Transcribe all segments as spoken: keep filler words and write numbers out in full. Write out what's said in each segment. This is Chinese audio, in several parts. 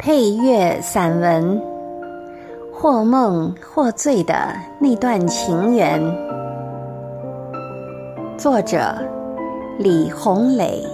配乐散文《或梦或醉的那段情缘》，作者李洪磊。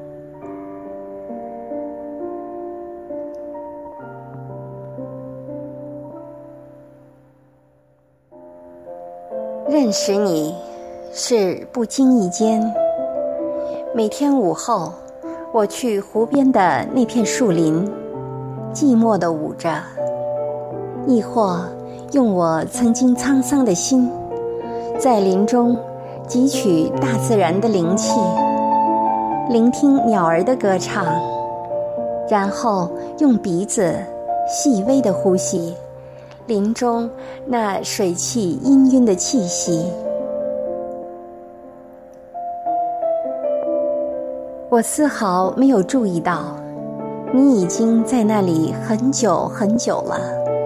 认识你是不经意间，每天午后我去湖边的那片树林，寂寞地舞着，亦或用我曾经沧桑的心，在林中汲取大自然的灵气，聆听鸟儿的歌唱，然后用鼻子细微的呼吸林中那水汽氤氲的气息。我丝毫没有注意到你已经在那里很久很久了，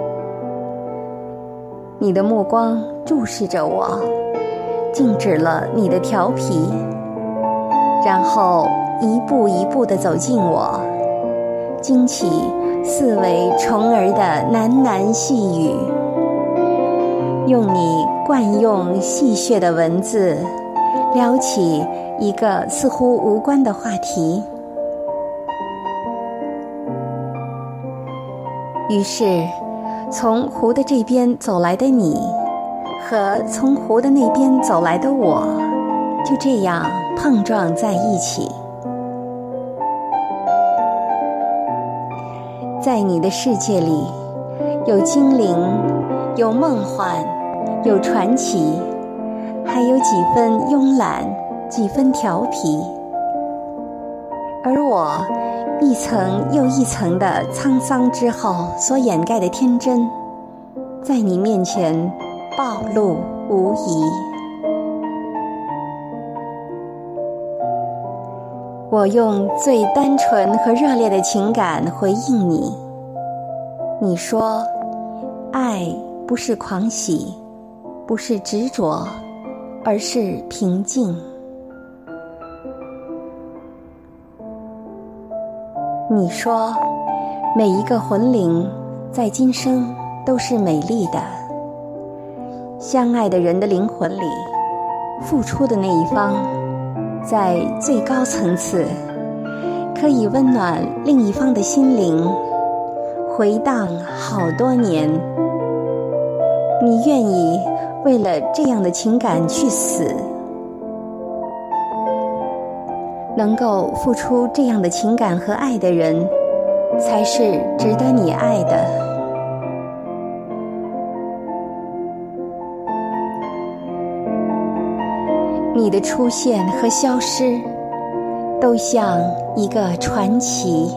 你的目光注视着我，静止了你的调皮，然后一步一步地走近我，惊起似为虫儿的喃喃细语，用你惯用戏谑的文字聊起一个似乎无关的话题。于是从湖的这边走来的你和从湖的那边走来的我，就这样碰撞在一起。在你的世界里，有精灵，有梦幻，有传奇，还有几分慵懒，几分调皮。而我一层又一层的沧桑之后所掩盖的天真，在你面前暴露无遗。我用最单纯和热烈的情感回应你，你说，爱不是狂喜，不是执着，而是平静。你说，每一个魂灵在今生都是美丽的，相爱的人的灵魂里，付出的那一方在最高层次可以温暖另一方的心灵，回荡好多年。你愿意为了这样的情感去死？能够付出这样的情感和爱的人，才是值得你爱的。你的出现和消失，都像一个传奇。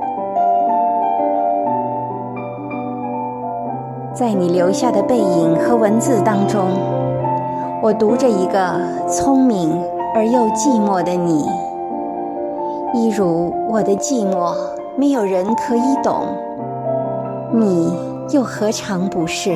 在你留下的背影和文字当中，我读着一个聪明而又寂寞的你，一如我的寂寞没有人可以懂，你又何尝不是？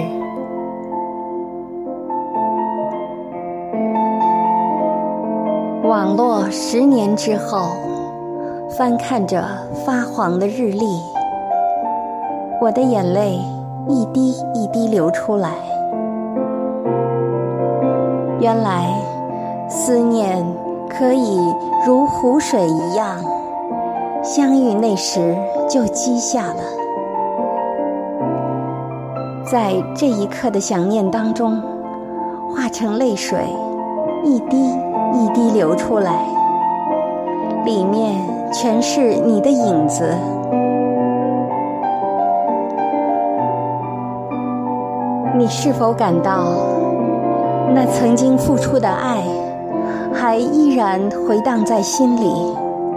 网络十年之后，翻看着发黄的日历，我的眼泪一滴一滴流出来。原来思念可以如湖水一样，相遇那时就积下了。在这一刻的想念当中，化成泪水，一滴一滴流出来，里面全是你的影子。你是否感到那曾经付出的爱还依然回荡在心里？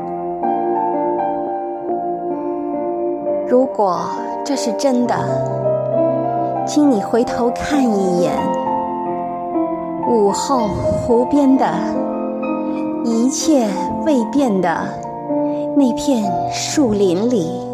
如果这是真的，请你回头看一眼午后湖边的一切未变的那片树林里。